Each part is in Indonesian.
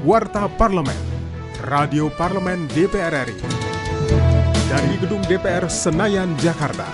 Warta Parlemen, Radio Parlemen DPR RI. Dari Gedung DPR Senayan, Jakarta.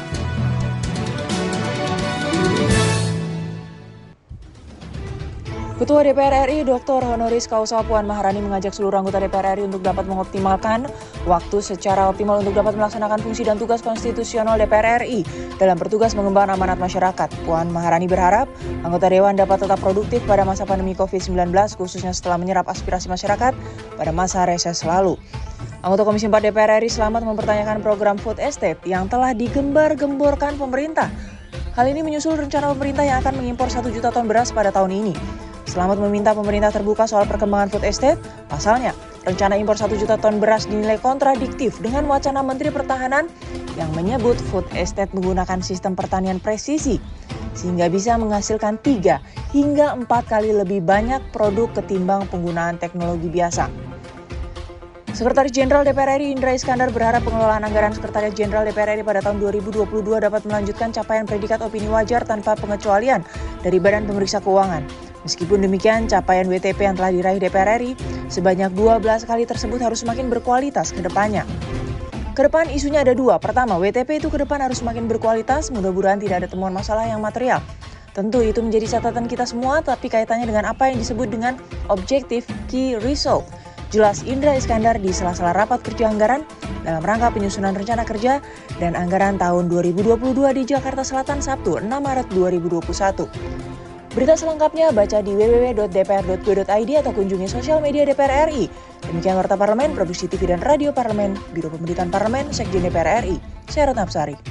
Ketua DPR RI Dr. Honoris Causa Puan Maharani mengajak seluruh anggota DPR RI untuk dapat mengoptimalkan waktu secara optimal untuk dapat melaksanakan fungsi dan tugas konstitusional DPR RI dalam bertugas mengemban amanat masyarakat. Puan Maharani berharap anggota Dewan dapat tetap produktif pada masa pandemi COVID-19, khususnya setelah menyerap aspirasi masyarakat pada masa reses lalu. Anggota Komisi 4 DPR RI selamat mempertanyakan program food estate yang telah digembar-gemborkan pemerintah. Hal ini menyusul rencana pemerintah yang akan mengimpor 1 juta ton beras pada tahun ini. Selamat meminta pemerintah terbuka soal perkembangan food estate. Pasalnya, rencana impor 1 juta ton beras dinilai kontradiktif dengan wacana Menteri Pertahanan yang menyebut food estate menggunakan sistem pertanian presisi, sehingga bisa menghasilkan 3 hingga 4 kali lebih banyak produk ketimbang penggunaan teknologi biasa. Sekretaris Jenderal DPR RI Indra Iskandar berharap pengelolaan anggaran Sekretariat Jenderal DPR RI pada tahun 2022 dapat melanjutkan capaian predikat opini wajar tanpa pengecualian dari Badan Pemeriksa Keuangan. Meskipun demikian, capaian WTP yang telah diraih DPR RI sebanyak 12 kali tersebut harus semakin berkualitas ke depannya. Ke depan isunya ada 2. Pertama, WTP itu ke depan harus semakin berkualitas, mudah-mudahan tidak ada temuan masalah yang material. Tentu itu menjadi catatan kita semua, tapi kaitannya dengan apa yang disebut dengan objective key result. Jelas Indra Iskandar di sela-sela rapat kerja anggaran dalam rangka penyusunan rencana kerja dan anggaran tahun 2022 di Jakarta Selatan Sabtu 6 Maret 2021. Berita selengkapnya baca di www.dpr.go.id atau kunjungi sosial media DPR RI. Demikian Warta Parlemen, Produksi TV dan Radio Parlemen, Biro Pemberitaan Parlemen, Sekjen DPR RI. Saya Ratna Apsari.